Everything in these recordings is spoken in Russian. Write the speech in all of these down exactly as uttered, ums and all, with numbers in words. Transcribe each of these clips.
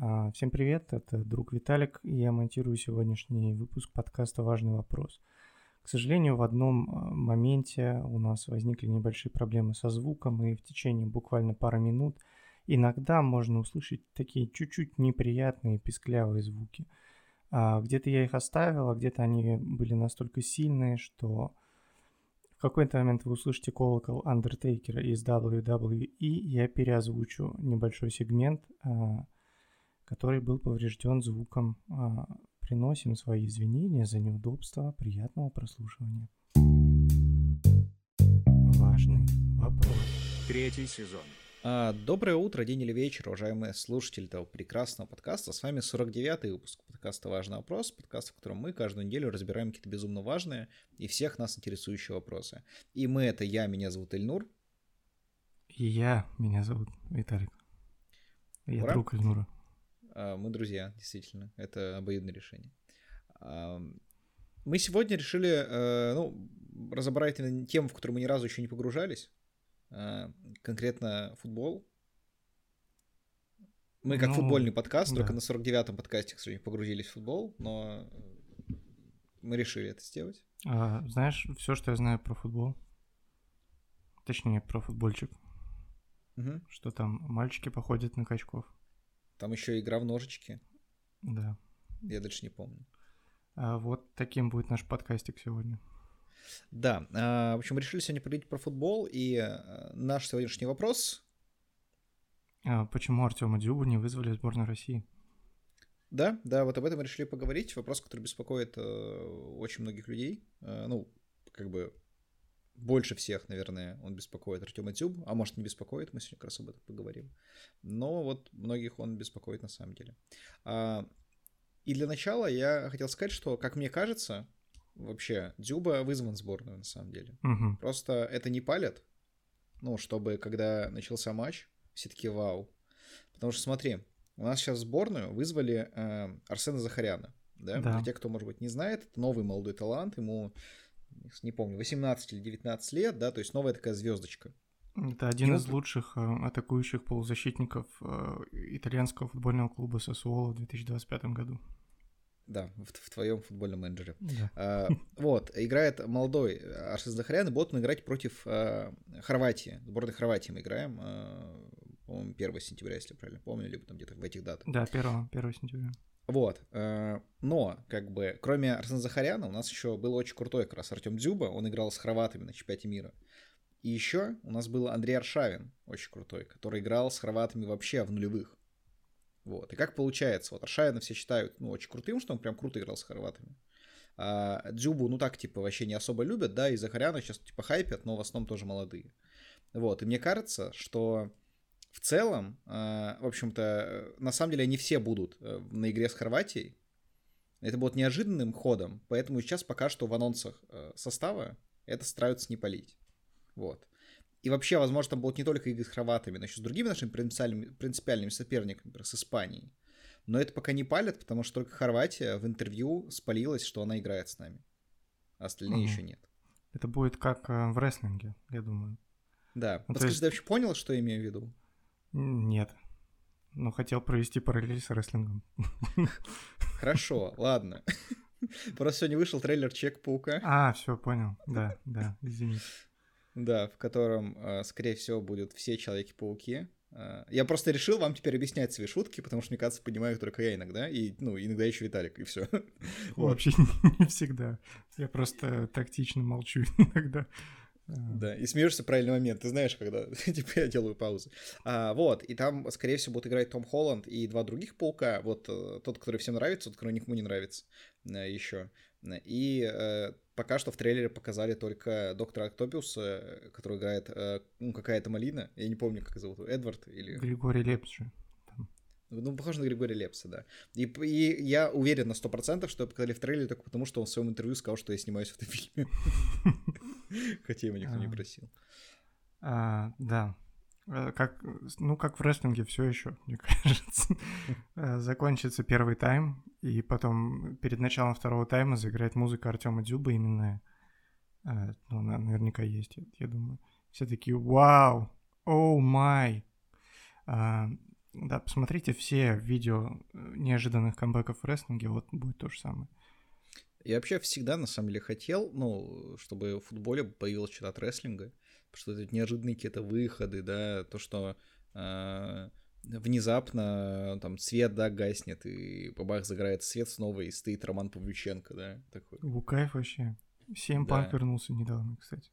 А, Всем привет, это друг Виталик, и я монтирую сегодняшний выпуск подкаста «Важный вопрос». К сожалению, в одном а, моменте у нас возникли небольшие проблемы со звуком, и в течение буквально пары минут иногда можно услышать такие чуть-чуть неприятные писклявые звуки. А, Где-то я их оставил, а где-то они были настолько сильные, что в какой-то момент вы услышите колокол Андертейкера из дабл ю дабл ю и, я переозвучу небольшой сегмент, а, который был поврежден звуком. А, Приносим свои извинения за неудобства. Приятного прослушивания. Важный вопрос. Третий сезон. А, Доброе утро, день или вечер, уважаемые слушатели этого прекрасного подкаста. С вами сорок девятый выпуск подкаста «Важный вопрос», подкаст, в котором мы каждую неделю разбираем какие-то безумно важные и всех нас интересующие вопросы. И мы — это я, меня зовут Эльнур. И я, меня зовут Виталик. Я Ура. друг Эльнура. А, Мы друзья, действительно, это обоюдное решение. А, Мы сегодня решили э, ну, разобрать тему, в которую мы ни разу еще не погружались. А, Конкретно футбол. Мы как Ну, футбольный подкаст, да. только на сорок девятом подкасте, к сожалению, погрузились в футбол, но мы решили это сделать. А, знаешь, все, что я знаю про футбол, точнее, про футбольчик, Угу. что там мальчики походят на качков. Там еще игра в ножички. Да. Я дальше не помню. А вот таким будет наш подкастик сегодня. Да, а, в общем, мы решили сегодня поговорить про футбол, и а, наш сегодняшний вопрос... А почему Артема Дзюбу не вызвали в сборную России? Да, да, вот об этом мы решили поговорить. Вопрос, который беспокоит э, очень многих людей. Э, ну, как бы больше всех, наверное, он беспокоит Артема Дзюбу, а может, не беспокоит, мы сегодня как раз об этом поговорим. Но вот многих он беспокоит на самом деле. А, и для начала я хотел сказать, что, как мне кажется, вообще Дзюба вызван в сборную на самом деле. Угу. Просто это не палят, ну, чтобы когда начался матч, все такие вау. Потому что смотри, у нас сейчас в сборную вызвали э, Арсена Захаряна. Да? Да. Для тех, кто, может быть, не знает, это новый молодой талант, ему, не помню, восемнадцать или девятнадцать лет, да, то есть новая такая звездочка. Это один Ему... из лучших э, атакующих полузащитников э, итальянского футбольного клуба Сассуоло в две тысячи двадцать пятом году. Да, в, в твоем футбольном менеджере. Да. А, вот, играет молодой Арсен Захарян, и будут мы играть против а, Хорватии. Сборной Хорватии мы играем, а, по-моему, первого сентября, если правильно помню, либо там где-то в этих датах. Да, первого сентября. Вот, а, но, как бы, кроме Арсена Захаряна, у нас еще был очень крутой как раз Артем Дзюба, он играл с хорватами на чемпионате мира. И еще у нас был Андрей Аршавин, очень крутой, который играл с хорватами вообще в нулевых. Вот. И как получается, вот Аршавина все считают, ну, очень крутым, что он прям круто играл с хорватами. А Дзюбу, ну, так, типа, вообще не особо любят, да, и Захаряна сейчас, типа, хайпят, но в основном тоже молодые. Вот, и мне кажется, что в целом, э, в общем-то, на самом деле они все будут э, на игре с Хорватией. Это будет неожиданным ходом, поэтому сейчас пока что в анонсах э, состава это стараются не палить. Вот. И вообще, возможно, там будут не только игры с хорватами, но еще с другими нашими принципиальными, принципиальными соперниками, например, с Испанией. Но это пока не палят, потому что только Хорватия в интервью спалилась, что она играет с нами. А остальные угу. еще нет. Это будет как э, в рестлинге, я думаю. Да. Ну, Подскажи, есть... ты вообще понял, что я имею в виду? Нет. Но хотел провести параллель с рестлингом. Хорошо, ладно. Просто сегодня вышел трейлер Человека-паука. А, все, понял. Да, да, извините. Да, в котором, скорее всего, будут все Человеки-пауки. Я просто решил вам теперь объяснять свои шутки, потому что, мне кажется, понимаю их только я иногда, и, ну, иногда еще Виталик, и все. Вот. Вообще не всегда. Я просто тактично молчу иногда. Да, и смеешься в правильный момент, ты знаешь, когда типа я делаю паузу. А, вот, и там, скорее всего, будут играть Том Холланд и два других паука. Вот тот, который всем нравится, тот, который никому не нравится еще. И э, пока что в трейлере показали только доктора Октопиуса, который играет э, ну, какая-то малина. Я не помню, как зовут, Эдвард или... Григорий Лепс же. Ну, похоже на Григория Лепса, да. И, и я уверен на сто процентов, что показали в трейлере только потому, что он в своем интервью сказал, что я снимаюсь в этом фильме. Хотя его никто не просил. Да. Как, ну, как в рестлинге все еще, мне кажется. Закончится первый тайм, и потом перед началом второго тайма заиграет музыка Артема Дзюбы именно. Ну, она наверняка есть, я думаю. Все такие: вау, оу май. Да, посмотрите все видео неожиданных камбэков в рестлинге, вот будет то же самое. Я вообще всегда, на самом деле, хотел, ну, чтобы в футболе появилось что-то от рестлинга, потому что это неожиданные какие-то выходы, да, то, что э, внезапно там свет, да, гаснет, и бабах загорает свет снова, и стоит Роман Павлюченко, да, такой. У, кайф вообще. си эм Панк Да. вернулся недавно, кстати.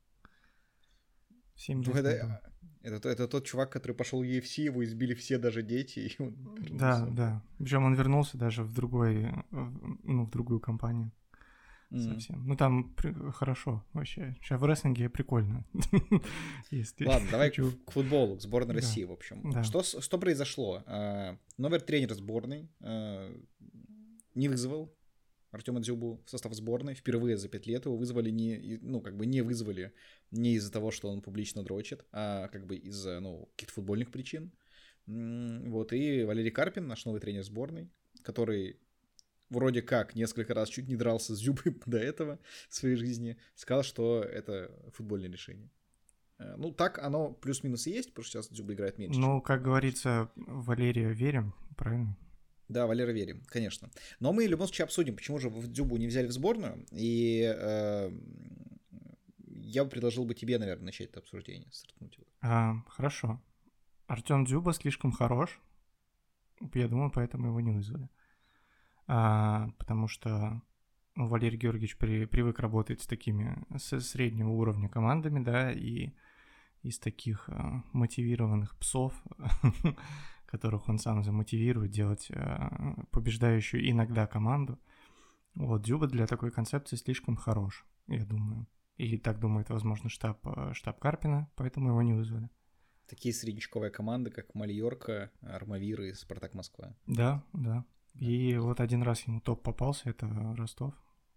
семь Ну, лет не это, было. это, это тот чувак, который пошел в ю эф си, его избили все, даже дети, и он вернулся. Да, да. Причем он вернулся даже в другой, ну, в другую компанию. Mm. Совсем. Ну, там при... хорошо вообще. Сейчас в рестлинге прикольно. Если Ладно, давай хочу... к футболу, к сборной да. России, в общем. Да. Что, что произошло? А, новый тренер сборной а, не вызвал Артема Дзюбу в состав сборной. Впервые за пять лет его вызвали не, ну, как бы не вызвали не из-за того, что он публично дрочит, а как бы из-за, ну, каких-то футбольных причин. Вот, и Валерий Карпин, наш новый тренер сборной, который вроде как несколько раз чуть не дрался с Дзюбой до этого в своей жизни, сказал, что это футбольное решение. Ну, так оно плюс-минус и есть, потому что сейчас Дзюба играет меньше. Ну, как говорится, Валерию верим, правильно? Да, Валера верим, конечно. Но мы в любом случае обсудим, почему же Дзюбу не взяли в сборную. И э, я бы предложил бы тебе, наверное, начать это обсуждение. Стартнуть его. А, хорошо. Артем Дзюба слишком хорош. Я думаю, поэтому его не вызвали. А, потому что ну, Валерий Георгиевич при, привык работать с такими с среднего уровня командами, да, и из таких а, мотивированных псов, которых он сам замотивирует делать а, побеждающую иногда команду. Вот, Дзюба для такой концепции слишком хорош, я думаю. И так думает, возможно, штаб, штаб Карпина, поэтому его не вызвали. Такие среднячковые команды, как Мальорка, Армавир и Спартак Москва. Да, да. И вот один раз ему топ попался, это Ростов.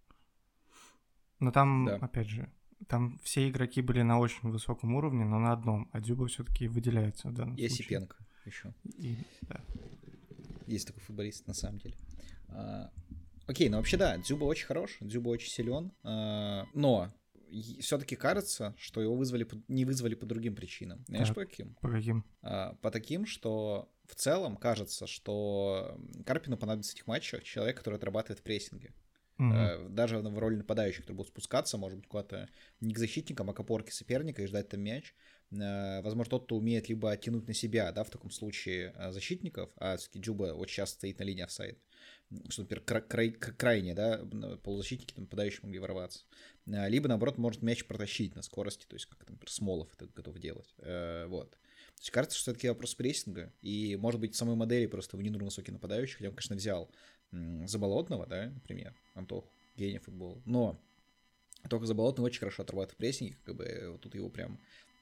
Но там, да. опять же, там все игроки были на очень высоком уровне, но на одном. А Дзюба все-таки выделяется в данном и случае. И Осипенко еще. И, да. Есть такой футболист, на самом деле. А, окей, ну вообще да, Дзюба очень хорош, Дзюба очень силен, а, но все-таки кажется, что его вызвали, не вызвали по другим причинам. Знаешь, так, по каким? По каким? А, по таким, что в целом кажется, что Карпину понадобится в этих матчах человек, который отрабатывает в прессинге. Mm-hmm. Даже в роли нападающих, которые будут спускаться, может быть, куда-то не к защитникам, а к опорке соперника и ждать там мяч. Возможно, тот, кто умеет либо оттянуть на себя, да, в таком случае защитников, а все-таки Дзюба очень часто стоит на линии офсайд, что, например, кра- край- крайне, да, полузащитники, там, нападающие могли ворваться. Либо, наоборот, может мяч протащить на скорости, то есть, как, например, Смолов это готов делать. Вот. То есть, кажется, что это такие вопросы прессинга, и, может быть, в самой модели просто не нужен высокий нападающий, хотя он, конечно, взял Заболотного, да, например, Антох, гений футбола, но только Заболотный очень хорошо отрабатывает в прессинге, как бы вот тут его прям...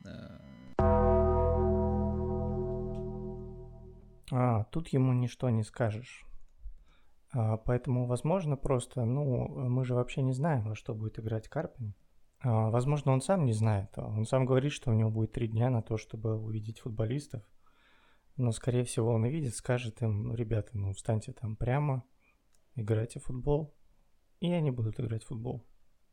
А, тут ему ничто не скажешь. А, поэтому, возможно, просто, ну, мы же вообще не знаем, во что будет играть Карпин. А, возможно, он сам не знает. Он сам говорит, что у него будет три дня на то, чтобы увидеть футболистов. Но, скорее всего, он увидит, скажет им, ну, ребята, ну, встаньте там прямо, играйте в футбол. И они будут играть в футбол.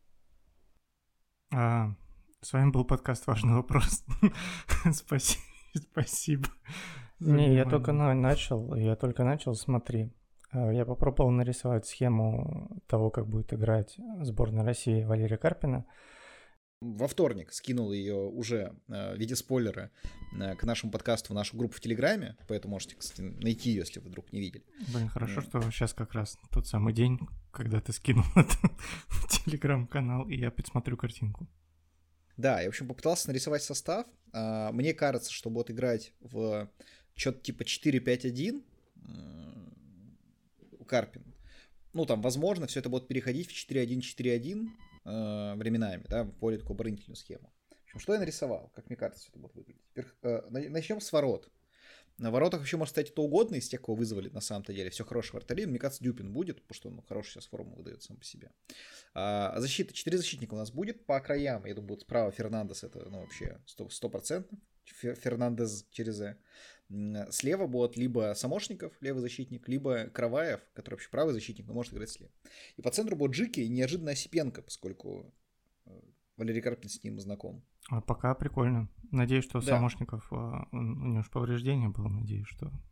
А, с вами был подкаст «Важный вопрос». Спасибо. Не, я только начал, я только начал, смотри. Я попробовал нарисовать схему того, как будет играть сборная России Валерия Карпина. Во вторник скинул ее уже э, в виде спойлера э, к нашему подкасту в нашу группу в Телеграме, поэтому можете, кстати, найти ее, если вы вдруг не видели. Блин, хорошо, mm. что сейчас как раз тот самый день, когда ты скинул это в Телеграм-канал, и я подсмотрю картинку. Да, я, в общем, попытался нарисовать состав. Э, мне кажется, что будет играть в что-то типа четыре пять один э, Карпин. Ну, там, возможно, все это будет переходить в четыре один четыре один э, временами, да, в более такую оборонительную схему. В общем, что я нарисовал? Как мне кажется, все это будет выглядеть. Теперь, э, начнем с ворот. На воротах вообще может стать кто угодно из тех, кого вызвали на самом-то деле. Все хорошие вратари. Мне кажется, Дюпин будет, потому что он ну, хороший сейчас форму выдает сам по себе. А защита. Четыре защитника у нас будет по краям. Я думаю, будет справа Фернандес. Это ну, вообще сто процентов. Фернандес через «э». Слева будут либо Самошников, левый защитник, либо Караваев, который вообще правый защитник, но может играть слева. И по центру будут Джики и неожиданно Осипенко, поскольку Валерий Карпин с ним знаком. А пока прикольно. Надеюсь, что да. Самошников, у него же повреждение было, надеюсь, что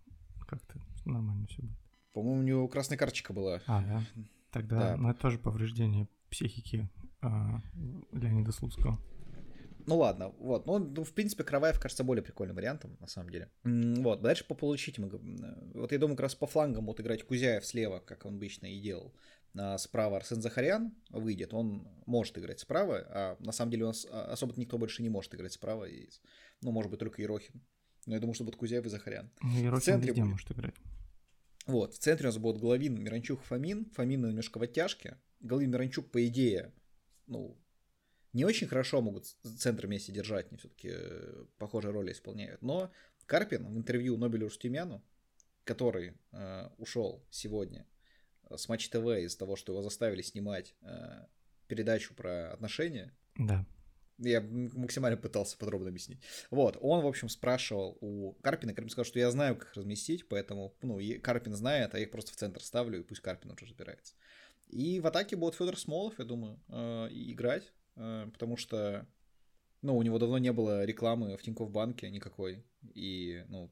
как-то нормально все будет. По-моему, у него красная карточка была. А, да? Тогда, Да. ну, это тоже повреждение психики а, Леонида Слуцкого. Ну ладно, вот. Ну, ну, в принципе, Караваев кажется более прикольным вариантом, на самом деле. М, Вот, дальше по полузащите мы... г- Вот я думаю, как раз по флангам будет играть Кузяев слева, как он обычно и делал. А справа Арсен Захарян выйдет, он может играть справа, а на самом деле у нас а, особо никто больше не может играть справа. И, ну, может быть, только Ерохин. Но я думаю, что будут Кузяев и Захарян. Ну, Ерохин В центре везде будет- может играть. Вот, в центре у нас будут Головин, Миранчук, Фомин. Фомин немножко в оттяжке. Головин, Миранчук, по идее, ну, не очень хорошо могут центр вместе держать, они все-таки похожие роли исполняют. Но Карпин в интервью Нобелю Рустемяну, который э, ушел сегодня с Матч ТВ из-за того, что его заставили снимать э, передачу про отношения, Да. я максимально пытался подробно объяснить. Вот, он, в общем, спрашивал у Карпина, Карпин сказал, что я знаю, как их разместить, поэтому, ну, Карпин знает, а я их просто в центр ставлю, и пусть Карпин уже разбирается. И в атаке будет Федор Смолов, я думаю, э, играть, э, потому что, ну, у него давно не было рекламы в Тинькофф банке никакой, и, ну,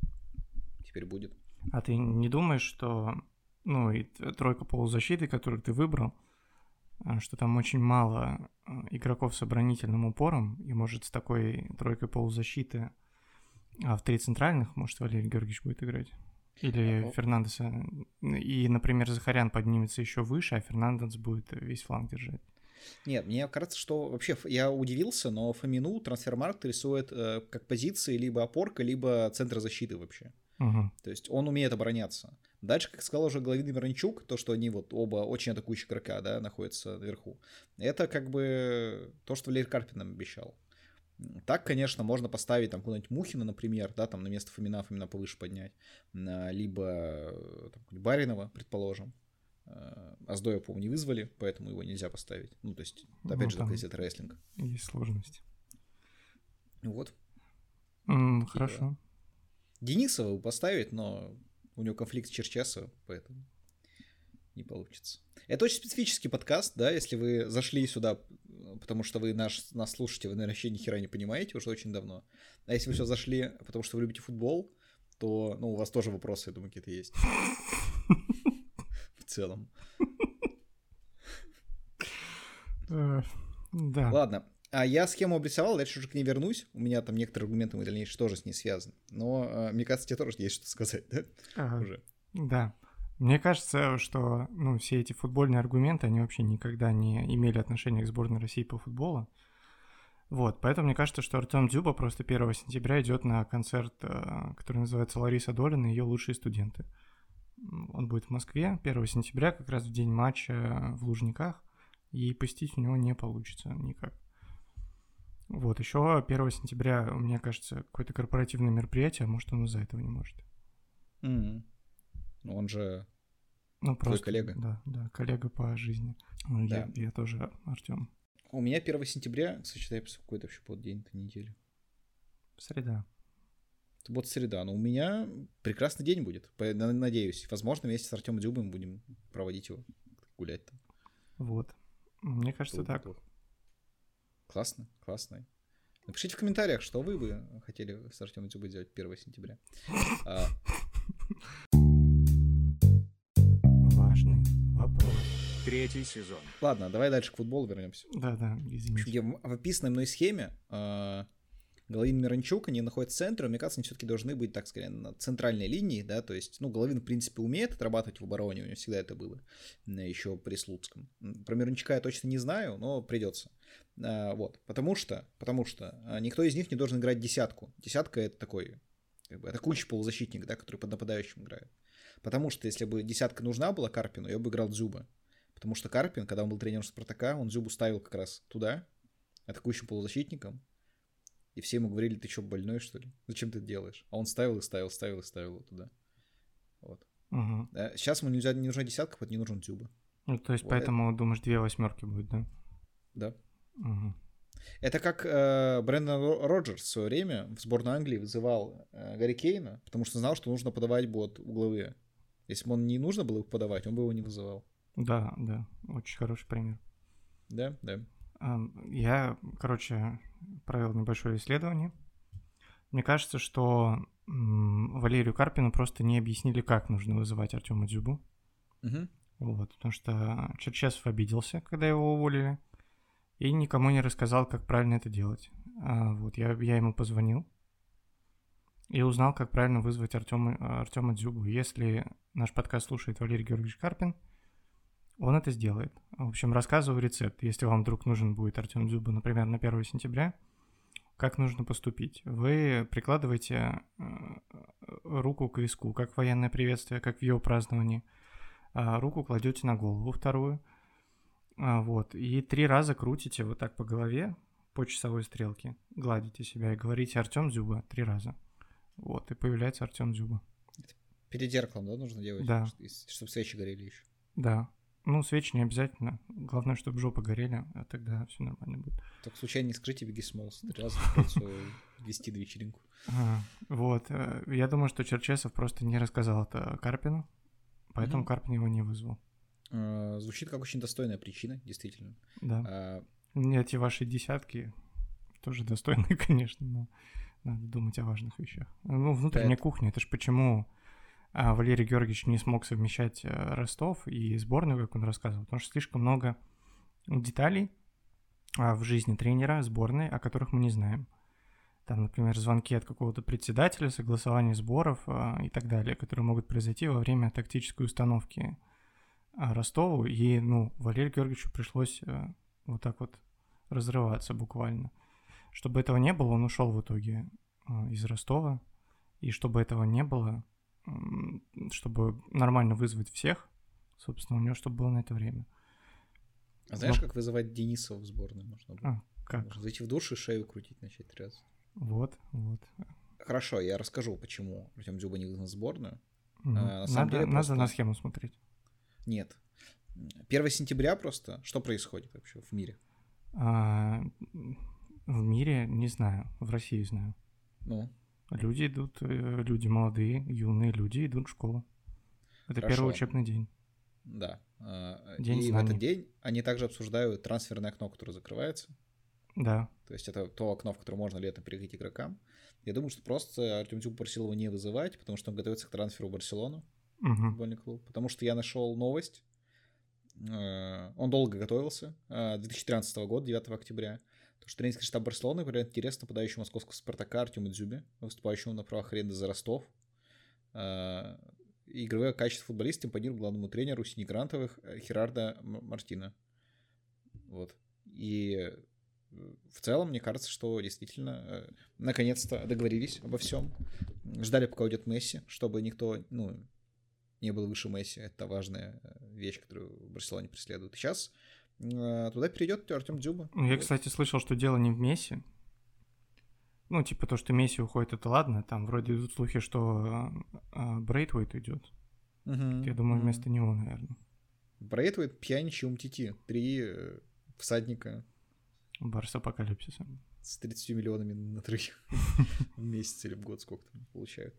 теперь будет. А ты не думаешь, что, ну, и тройка полузащиты, которую ты выбрал, что там очень мало игроков с оборонительным упором, и, может, с такой тройкой полузащиты, а в три центральных, может, Валерий Георгиевич будет играть? Или Фернандеса, и, например, Захарян поднимется еще выше, а Фернандес будет весь фланг держать. Нет, мне кажется, что вообще я удивился, но Фомину Трансфермаркт рисует э, как позиции либо опорка, либо центр защиты вообще. Угу. То есть он умеет обороняться. Дальше, как сказал уже Головин и Миранчук, то, что они вот оба очень атакующие игрока, да, находятся наверху, это как бы то, что Валерий Карпин нам обещал. Так, конечно, можно поставить там куда-нибудь Мухина, например, да, там на место Фомина, Фомина повыше поднять, либо там, Баринова, предположим. Аздоя, по-моему, не вызвали, поэтому его нельзя поставить. Ну, то есть, опять Ну, же, там это рестлинг. Есть сложности. Вот. Mm, хорошо. Да. Денисова поставить, но у него конфликт с Черчесовым, поэтому не получится. Это очень специфический подкаст, да, если вы зашли сюда, потому что вы наш, нас слушаете, вы, наверное, вообще ни хера не понимаете уже очень давно. А если вы все зашли, потому что вы любите футбол, то, ну, у вас тоже вопросы, я думаю, какие-то есть. В целом. Да. Ладно. А я схему обрисовал, дальше уже к ней вернусь. У меня там некоторые аргументы мои дальнейшие тоже с ней связаны. Но э, мне кажется, тебе тоже есть что сказать, да? Ага. Уже. Да. Мне кажется, что ну, все эти футбольные аргументы, они вообще никогда не имели отношения к сборной России по футболу. Вот, поэтому мне кажется, что Артём Дзюба просто первого сентября идет на концерт, который называется «Лариса Долина и ее лучшие студенты». Он будет в Москве первого сентября, как раз в день матча в Лужниках, и посетить у него не получится никак. Вот, еще первого сентября, мне кажется, какое-то корпоративное мероприятие, а может, он из-за этого не может. Mm-hmm. Ну, он же ну, твой просто, коллега. Да, да, коллега по жизни. Ну, да. я, я тоже Артём. У меня первого сентября, сочетай, какой-то вообще поддень этой недели. Среда. Это будет среда, но у меня прекрасный день будет, надеюсь. Возможно, вместе с Артёмом Дзюбой мы будем проводить его, гулять там. Вот. Мне кажется, так. Классно, классно. Напишите в комментариях, что вы бы хотели с Артёмом Дзюбой делать первого сентября. Важный вопрос. Третий сезон. Ладно, давай дальше к футболу вернемся. Да-да, извините. В, в описанной мной схеме э, Головин, Миранчук, они находятся в центре, мне кажется, они все-таки должны быть, так сказать, на центральной линии, да, то есть, ну, Головин, в принципе, умеет отрабатывать в обороне, у него всегда это было, еще при Слуцком. Про Миранчука я точно не знаю, но придется. А, вот, потому что, потому что никто из них не должен играть десятку. Десятка — это такой, как бы, атакующий полузащитник, да, который под нападающим играет. Потому что, если бы десятка нужна была Карпину, я бы играл Дзюба. Потому что Карпин, когда он был тренером Спартака, он Дзюбу ставил как раз туда, атакующим полузащитником, и все ему говорили: ты что, больной, что ли? Зачем ты это делаешь? А он ставил и ставил, ставил и ставил его туда. Вот. Угу. Да, сейчас ему нельзя, не нужна десятка, вот не нужен Дзюба. Ну, то есть, вот поэтому, это... думаешь, две восьмерки будет, да? Да. Угу. Это как э, Брэндон Роджерс в свое время в сборную Англии вызывал э, Гарри Кейна, потому что знал, что нужно подавать вот угловые. Если бы он не нужно было их подавать, он бы его не вызывал. Да, да, очень хороший пример. Да, да. Я, короче, провел небольшое исследование. Мне кажется, что Валерию Карпину просто не объяснили, как нужно вызывать Артема Дзюбу. Угу. Вот, потому что Черчесов обиделся, когда его уволили, и никому не рассказал, как правильно это делать. А, вот, я, я ему позвонил и узнал, как правильно вызвать Артема, Артема Дзюбу. Если наш подкаст слушает Валерий Георгиевич Карпин, он это сделает. В общем, рассказываю рецепт. Если вам вдруг нужен будет Артем Дзюба, например, на первое сентября, как нужно поступить? Вы прикладываете руку к виску, как военное приветствие, как в его праздновании. Руку кладете на голову вторую. Вот. И три раза крутите вот так по голове, по часовой стрелке. Гладите себя и говорите «Артем Дзюба» три раза. Вот. И появляется Артем Дзюба. Перед зеркалом, да, нужно делать? Да. Чтобы свечи горели еще. Да. Ну, свечи не обязательно. Главное, чтобы жопы горели, а тогда все нормально будет. Так случайно не скрыть и беги смолс. Три раза придется вести на вечеринку. А, вот. Я думаю, что Черчесов просто не рассказал это Карпину, поэтому mm-hmm. Карпин его не вызвал. А, звучит как очень достойная причина, действительно. Да. А... Эти ваши десятки тоже достойные, конечно, но надо думать о важных вещах. Ну, внутренняя да, кухня, это ж почему... А Валерий Георгиевич не смог совмещать Ростов и сборную, как он рассказывал, потому что слишком много деталей в жизни тренера сборной, о которых мы не знаем. Там, например, звонки от какого-то председателя, согласование сборов и так далее, которые могут произойти во время тактической установки Ростову. И, ну, Валерию Георгиевичу пришлось вот так вот разрываться буквально. Чтобы этого не было, он ушел в итоге из Ростова. И чтобы этого не было... чтобы нормально вызвать всех, собственно, у него чтобы было на это время. А знаешь, Но... как вызывать Денисова в сборную можно было? А, как? Можно зайти в душ и шею крутить начать три раза. Вот, вот. Хорошо, я расскажу, почему Артем Дзюба не вызван в сборную. Угу. А, на самом надо, деле просто... надо на схему смотреть. Нет. первого сентября просто что происходит вообще в мире? А, в мире не знаю, в России знаю. Ну? Люди идут, люди молодые, юные люди идут в школу. Это Хорошо. Первый учебный день. Да. День и знаний. В этот день они также обсуждают трансферное окно, которое закрывается. Да. То есть это то окно, в которое можно летом перейти игрокам. Я думаю, что просто Артем Дзюба просил его не вызывать, потому что он готовится к трансферу в Барселону, угу. футбольный клуб. Потому что я нашел новость. Он долго готовился. две тысячи тринадцатого года, девятого октября. Потому что тренерский штаб Барселоны проявляет интерес к нападающему московского «Спартака» Артему Дзюбе, выступающему на правах аренды за Ростов. Игровое качество футболиста импонирует главному тренеру синегрантовых Херардо Мартино. Вот. И в целом, мне кажется, что действительно наконец-то договорились обо всем. Ждали, пока уйдет Месси, чтобы никто, ну, не был выше Месси. Это важная вещь, которую в Барселоне преследуют. И сейчас туда перейдет Артем Дзюба. Я, кстати, слышал, что дело не в Месси. Ну, типа то, что Месси уходит, это ладно. Там вроде идут слухи, что Брейтвейт уйдет. Uh-huh. Я думаю, uh-huh. вместо него, наверное. Брейтвейт, Пьянич и Умтити. Три всадника. Барс апокалипсиса. С тридцатью миллионами на трых в месяц или в год, сколько там получают.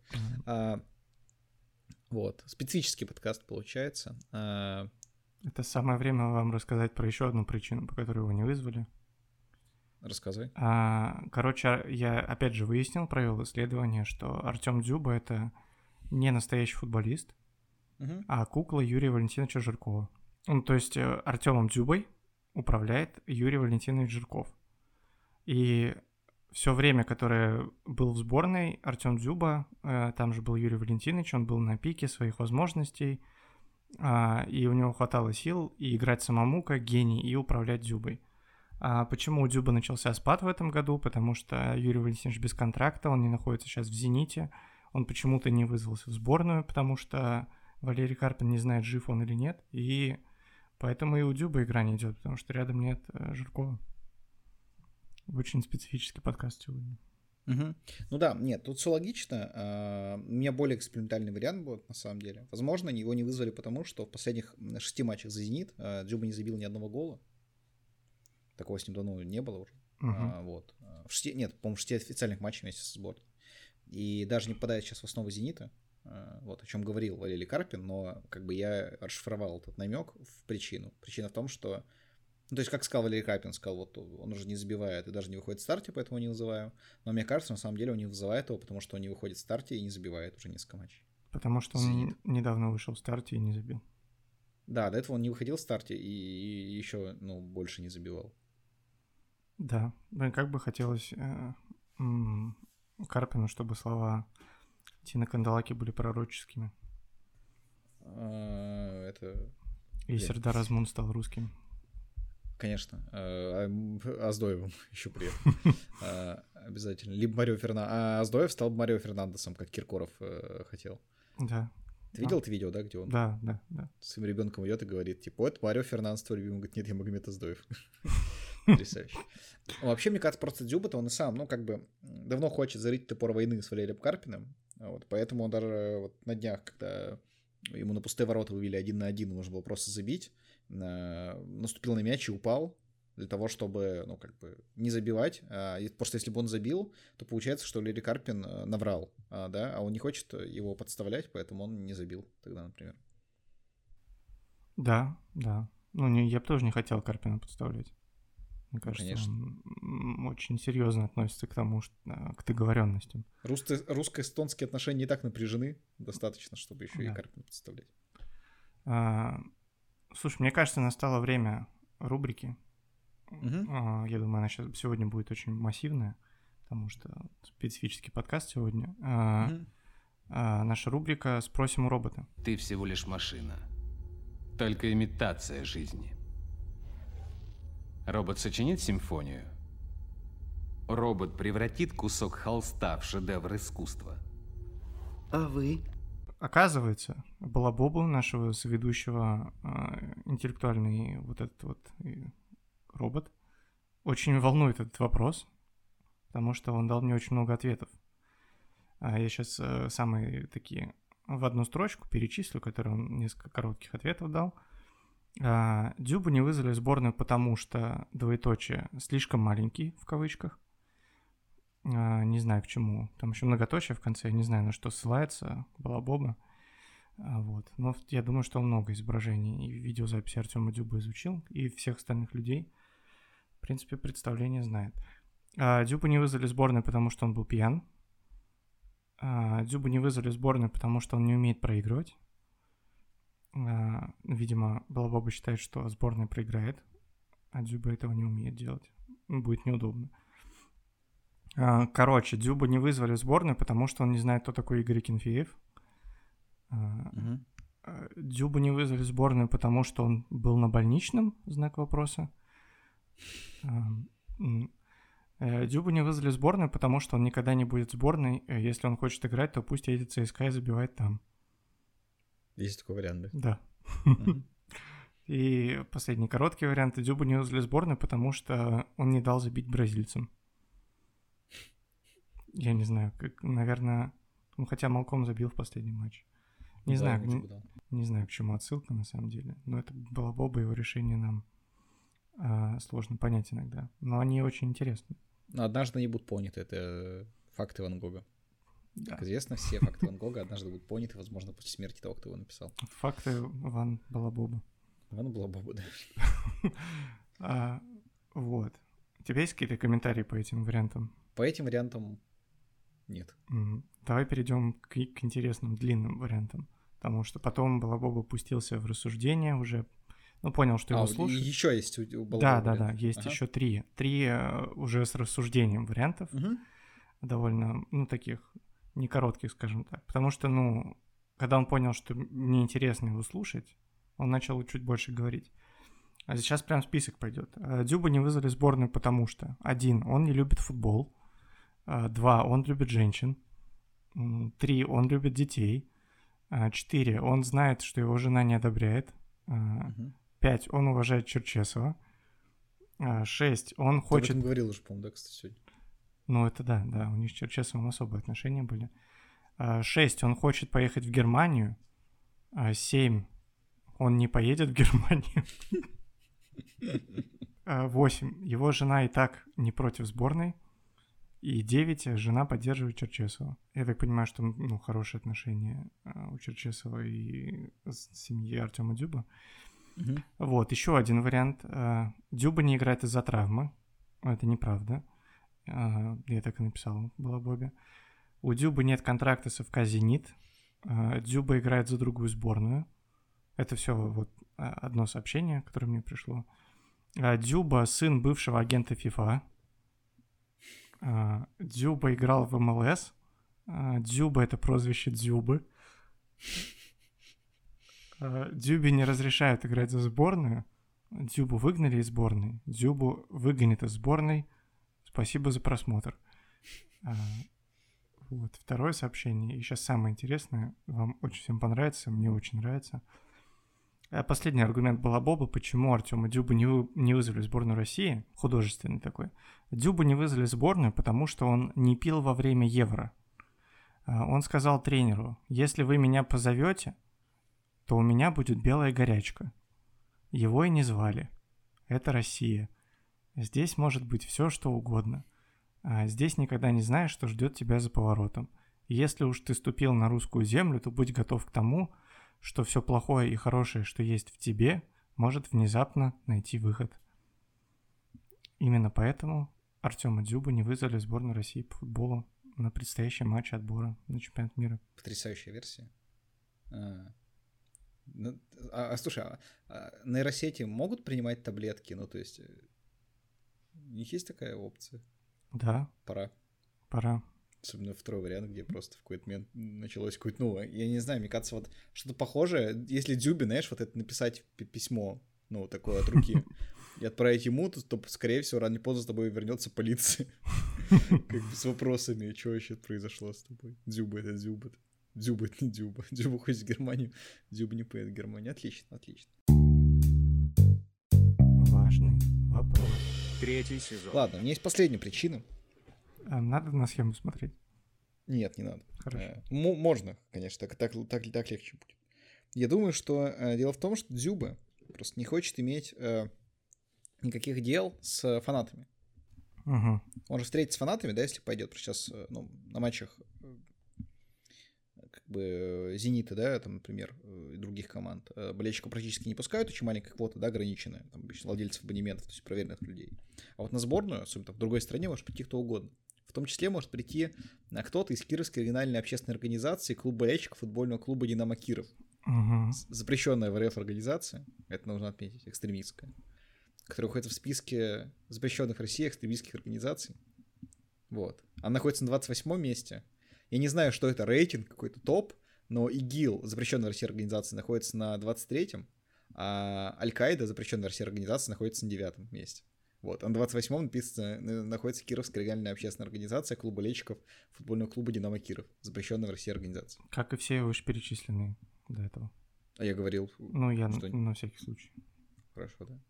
Вот. Специфический подкаст получается. Это самое время вам рассказать про еще одну причину, по которой его не вызвали. Рассказывай. А, короче, я опять же выяснил, провел исследование, что Артем Дзюба — это не настоящий футболист, угу. а кукла Юрия Валентиновича Жиркова. Ну, то есть Артемом Дзюбой управляет Юрий Валентинович Жирков. И все время, которое был в сборной, Артем Дзюба, там же был Юрий Валентинович, он был на пике своих возможностей, и у него хватало сил и играть самому как гений, и управлять Дзюбой. А почему у Дзюбы начался спад в этом году? Потому что Юрий Валентинович без контракта, он не находится сейчас в «Зените», он почему-то не вызвался в сборную, потому что Валерий Карпин не знает, жив он или нет, и поэтому и у Дзюбы игра не идет, потому что рядом нет Жиркова. Очень специфический подкаст сегодня. Угу. Ну да, нет, тут все логично. У меня более экспериментальный вариант будет, на самом деле. Возможно, его не вызвали потому, что в последних шести матчах за «Зенит» Дзюба не забил ни одного гола. Такого с ним давно не было уже. Uh-huh. А, вот. В шести, нет, по-моему, в шести официальных матчах вместе со сборной. И даже не попадает сейчас в основу «Зенита», а, вот, о чем говорил Валерий Карпин, но как бы я расшифровал этот намек в причину. Причина в том, что Ну, то есть, как сказал Валерий Карпин, сказал, вот он уже не забивает и даже не выходит в старте, поэтому не вызываю. Но мне кажется, на самом деле он не вызывает его, потому что он не выходит в старте и не забивает уже несколько матчей. Потому что Зенит. он недавно вышел в старте и не забил. Да, до этого он не выходил в старте и, и еще, ну, больше не забивал. Да, блин, как бы хотелось э, м- Карпину, чтобы слова Тины Канделаки были пророческими. А, это... И Сердар Азмун стал русским. Конечно. А Аздоевым еще при этом. Обязательно. Либо Марио Фернандес. А Аздоев стал Марио Фернандесом, как Киркоров хотел. Да. Ты видел это видео, да, где он да, да, да. своим ребенком идет и говорит, типа, вот Марио Фернандес твой любимый. Он говорит, нет, я Магомед Аздоев. Потрясающе. Вообще, мне кажется, просто Дзюба-то он и сам, ну, как бы, давно хочет зарыть топор войны с Валерием Карпиным. Вот, поэтому он даже вот на днях, когда ему на пустые ворота вывели один на один, нужно было просто забить, наступил на мяч и упал для того, чтобы, ну, как бы, не забивать. Просто если бы он забил, то получается, что Валерий Карпин наврал, да, а он не хочет его подставлять, поэтому он не забил тогда, например. Да, да. Ну, не, я бы тоже не хотел Карпина подставлять. Мне кажется, Конечно. он очень серьезно относится к тому, что, к договоренностям. Русско- русско-эстонские отношения не так напряжены, достаточно, чтобы еще да. и Карпина подставлять. А, слушай, мне кажется, настало время рубрики. Угу. А, я думаю, она сейчас сегодня будет очень массивная, потому что специфический подкаст сегодня. А, угу. а, наша рубрика «Спросим у робота». Ты всего лишь машина. Только имитация жизни. Робот сочинит симфонию. Робот превратит кусок холста в шедевр искусства. А вы? Оказывается, Балабобу, нашего соведущего, интеллектуальный вот этот вот робот, очень волнует этот вопрос, потому что он дал мне очень много ответов. Я сейчас самые такие в одну строчку перечислю, которые он несколько коротких ответов дал. Дзюбу не вызвали в сборную, потому что, двоеточие, слишком маленький, в кавычках. Не знаю, к чему. Там еще многоточие в конце, не знаю, на что ссылается Балабоба. Вот. Но я думаю, что он много изображений и видеозаписи Артема Дзюбы изучил, и всех остальных людей, в принципе, представление знает. Дзюбу не вызвали в сборную, потому что он был пьян. Дзюбу не вызвали в сборную, потому что он не умеет проигрывать. Видимо, Балабоба считает, что сборная проиграет, а Дзюба этого не умеет делать. Будет неудобно. Короче, Дзюбу не вызвали в сборную, потому что он не знает, кто такой Игорь Акинфеев. Угу. Дзюбу не вызвали в сборную, потому что он был на больничном, знак вопроса. Дзюбу не вызвали в сборную, потому что он никогда не будет в сборной. Если он хочет играть, то пусть едет в ЦСКА и забивает там. Есть такой вариант, да? Да. Uh-huh. И последний короткий вариант. Дзюбу не вызвали в сборную, потому что он не дал забить бразильцам. Я не знаю, как, наверное... Ну, хотя Малком забил в последнем матче. Не, да, знаю, не, не знаю, к чему отсылка, на самом деле. Но это Балабоба, его решение нам а, сложно понять иногда. Но они очень интересны. Но однажды они будут поняты. Это факты Ван Гога. Да. Как известно, все факты Ван Гога однажды будут поняты, возможно, после смерти того, кто его написал. Факты Ван Балабоба. Ван Балабоба, да. а, вот. У тебя есть какие-то комментарии по этим вариантам? По этим вариантам нет. Mm-hmm. Давай перейдем к, к интересным длинным вариантам. Потому что потом Балабоба пустился в рассуждение уже. Ну, понял, что а, его слушают. Еще есть у Балабоба. Да, да, да. Есть ага. еще три. Три uh, уже с рассуждением вариантов. Угу. Довольно, ну, таких... не коротких, скажем так. Потому что, ну, когда он понял, что мне интересно его слушать, он начал чуть больше говорить. А сейчас прям список пойдет. Дзюбу не вызвали в сборную, потому что: один, он не любит футбол. Два, он любит женщин. Три, он любит детей. Четыре, он знает, что его жена не одобряет. Пять, он уважает Черчесова. Шесть, он Ты хочет... об этом говорил уже, по-моему, да, кстати, сегодня. Ну, это да, да, у них с Черчесовым особые отношения были. Шесть, он хочет поехать в Германию. Семь, он не поедет в Германию. Восемь, его жена и так не против сборной. И девять, жена поддерживает Черчесова. Я так понимаю, что, ну, хорошие отношения у Черчесова и семьи Артема Дзюба. Угу. Вот, еще один вариант. Дзюба не играет из-за травмы. Это неправда. Я так и написал, было Бобби. У Дзюбы нет контракта с ФК «Зенит». Дзюба играет за другую сборную. Это все вот одно сообщение, которое мне пришло. Дзюба — сын бывшего агента ФИФА. Дзюба играл в эм эл эс. Дзюба — это прозвище Дзюбы. Дзюбе не разрешают играть за сборную. Дзюбу выгнали из сборной. Дзюбу выгонят из сборной. Спасибо за просмотр. Вот, второе сообщение. И сейчас самое интересное. Вам очень всем понравится, мне очень нравится. Последний аргумент Балабоба, почему Артема Дзюбу не, вы, не вызвали в сборную России, художественный такой. Дзюбу не вызвали в сборную, потому что он не пил во время Евро. Он сказал тренеру: если вы меня позовете, то у меня будет белая горячка. Его и не звали. Это Россия. Здесь может быть все, что угодно. А здесь никогда не знаешь, что ждет тебя за поворотом. И если уж ты ступил на русскую землю, то будь готов к тому, что все плохое и хорошее, что есть в тебе, может внезапно найти выход. Именно поэтому Артема Дзюбу не вызвали в сборную России по футболу на предстоящий матч отбора на чемпионат мира. Потрясающая версия. А, ну, а, а слушай, а, а нейросети могут принимать таблетки? Ну, то есть, у них есть такая опция? Да. Пора. Пора. Особенно второй вариант, где просто в какой-то момент началось какое-то, ну, я не знаю, мне кажется, вот что-то похожее, если Дзюбе, знаешь, вот это написать письмо, ну, такое от руки, и отправить ему, то, то скорее всего, рано или поздно с тобой вернется полиция. Как бы с вопросами, что вообще произошло с тобой. Дзюба это Дзюба. Дзюба это не Дзюба. Дзюба ходит в Германию, Дзюба не поедет в Германию. Отлично, отлично. Важный вопрос. Третий сезон. Ладно, у меня есть последняя причина. Надо на схему смотреть? Нет, не надо. Хорошо. Э, м- можно, конечно, так, так, так, так легче будет. Я думаю, что э, дело в том, что Дзюба просто не хочет иметь э, никаких дел с фанатами. Угу. Он же встретится с фанатами, да, если пойдет. Потому что сейчас э, ну, на матчах э, как бы э, «Зенита», да, там, например, э, и других команд, э, болельщиков практически не пускают, очень маленькая квота, да, ограниченная, там, обычно владельцев абонементов, то есть проверенных людей. А вот на сборную, особенно в другой стране, может прийти кто угодно. В том числе может прийти кто-то из Кировской региональной общественной организации, клуб болельщиков футбольного клуба «Динамо Киров». Угу. Запрещенная в РФ организация, это нужно отметить, экстремистская, которая уходит в списке запрещенных в России экстремистских организаций. Вот. Она находится на двадцать восьмом месте. Я не знаю, что это, рейтинг, какой-то топ, но ИГИЛ, запрещенная в России организация, находится на двадцать третьем, а Аль-Каида, запрещенная в России организация, находится на девятом месте. Вот, а на двадцать восьмом написано, находится Кировская региональная общественная организация, клуб болельщиков футбольного клуба «Динамо Киров», запрещенная в России организация. Как и все вышеперечисленные до этого. А я говорил, Ну, я что... на, на всякий случай. Хорошо, да.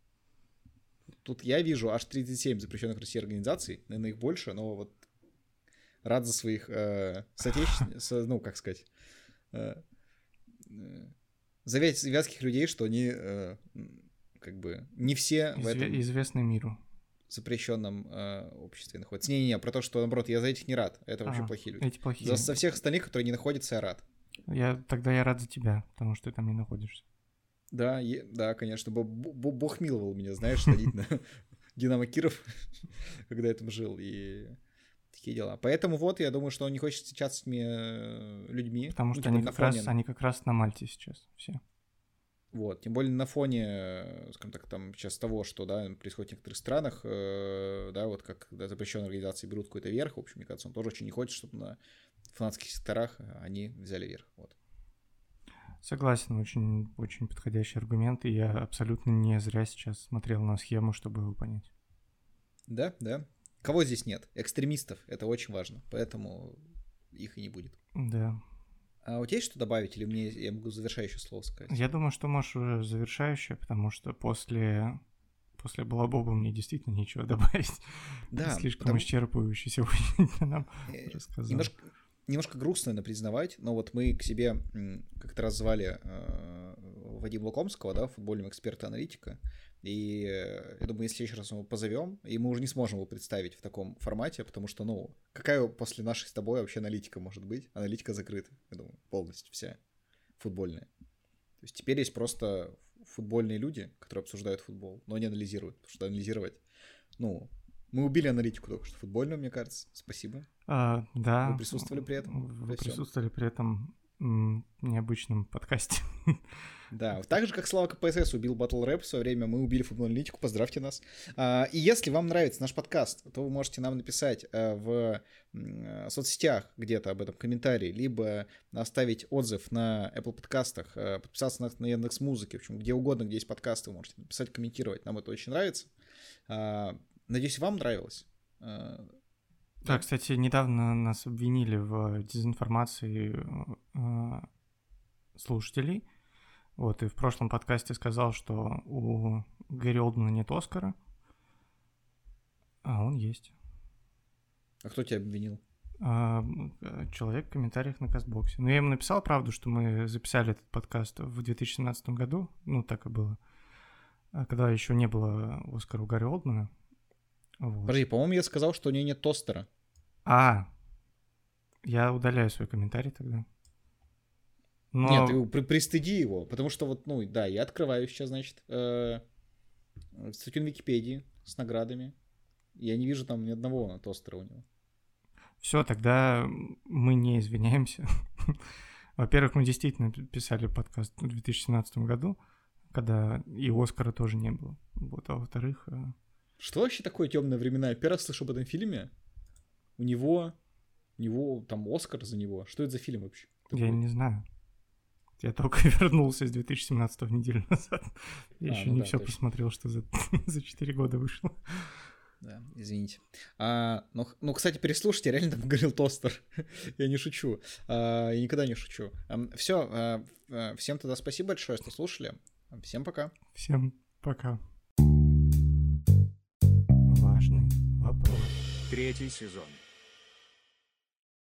Тут я вижу аж тридцать семь запрещенных в России организаций, наверное, их больше, но вот рад за своих э, соотечественников, ну, как сказать, э, э, за вятских людей, что они э, как бы не все в этом... Известны миру. Запрещенном э, обществе находятся. Не-не-не, про то, что, наоборот, я за этих не рад. Это вообще а, плохие люди. Эти плохие. За, за всех остальных, которые не находятся, я рад. Я, тогда я рад за тебя, потому что ты там не находишься. Да, е, да, конечно. Б, б, Бог миловал меня, знаешь, ходить на Динамо Киров, когда я там жил, и такие дела. Поэтому вот, я думаю, что он не хочет встречаться с этими людьми. Потому что они как, раз, они как раз на Мальте сейчас все. Вот, тем более на фоне, скажем так, там сейчас того, что, да, происходит в некоторых странах, э, да, вот как когда запрещенные организации берут какой-то верх, в общем, мне кажется, он тоже очень не хочет, чтобы на фанатских секторах они взяли верх, вот. Согласен, очень, очень подходящий аргумент, и я абсолютно не зря сейчас смотрел на схему, чтобы его понять. Да, да. Кого здесь нет? Экстремистов, это очень важно, поэтому их и не будет. Да. А у тебя есть что добавить, или мне я могу завершающее слово сказать? Я думаю, что можешь уже завершающее, потому что после, после Балабоба мне действительно нечего добавить. Да, слишком потому... исчерпывающе сегодня нам рассказал. Немножко, немножко грустно, наверное, признавать, но вот мы к себе как-то раз звали э, Вадима Лукомского, да, футбольного эксперта-аналитика, и я думаю, если в следующий раз мы его позовем, и мы уже не сможем его представить в таком формате, потому что, ну, какая после нашей с тобой вообще аналитика может быть? Аналитика закрыта, я думаю, полностью вся футбольная. То есть теперь есть просто футбольные люди, которые обсуждают футбол, но не анализируют, потому что анализировать, ну, мы убили аналитику только что футбольную, мне кажется, спасибо. А, да. Вы присутствовали при этом? Вы присутствовали при этом м, необычном подкасте. Да, так же, как Слава КПСС убил Battle Rap в свое время, мы убили футбольную аналитику, поздравьте нас. А, и если вам нравится наш подкаст, то вы можете нам написать а, в а, соцсетях где-то об этом комментарий, либо оставить отзыв на Apple подкастах, а, подписаться на, на Яндекс.Музыке, в общем, где угодно, где есть подкасты, вы можете написать, комментировать, нам это очень нравится. А, надеюсь, вам нравилось. А, да, кстати, недавно нас обвинили в дезинформации э, слушателей. Вот, и в прошлом подкасте сказал, что у Гэри Олдмана нет Оскара, а он есть. А кто тебя обвинил? А, человек в комментариях на Кастбоксе. Но я ему написал правду, что мы записали этот подкаст в две тысячи семнадцатом году, ну, так и было, когда еще не было Оскара у Гэри Олдмана. Вот. Подожди, по-моему, я сказал, что у нее нет тостера. А, я удаляю свой комментарий тогда. Но... Нет, ты при, пристыди его, потому что вот, ну, да, я открываю сейчас, значит, э, статью на Википедии с наградами. Я не вижу там ни одного тостера у него. Все, тогда мы не извиняемся. Во-первых, мы действительно писали подкаст в две тысячи семнадцатом году, когда и Оскара тоже не было. Вот, а во-вторых... Что вообще такое «Темные времена»? Я первый раз слышу об этом фильме. У него, у него там Оскар за него. Что это за фильм вообще? Я не знаю. Я только вернулся из две тысячи семнадцатого неделю назад. Я а, еще ну не да, все точно. Посмотрел, что за, за четыре года вышло. Да, извините. А, ну, ну, кстати, переслушайте, я реально там говорил тостер. Я не шучу. А, я никогда не шучу. А, все, а, а, всем тогда спасибо большое, что слушали. Всем пока. Всем пока. Важный вопрос. Третий сезон.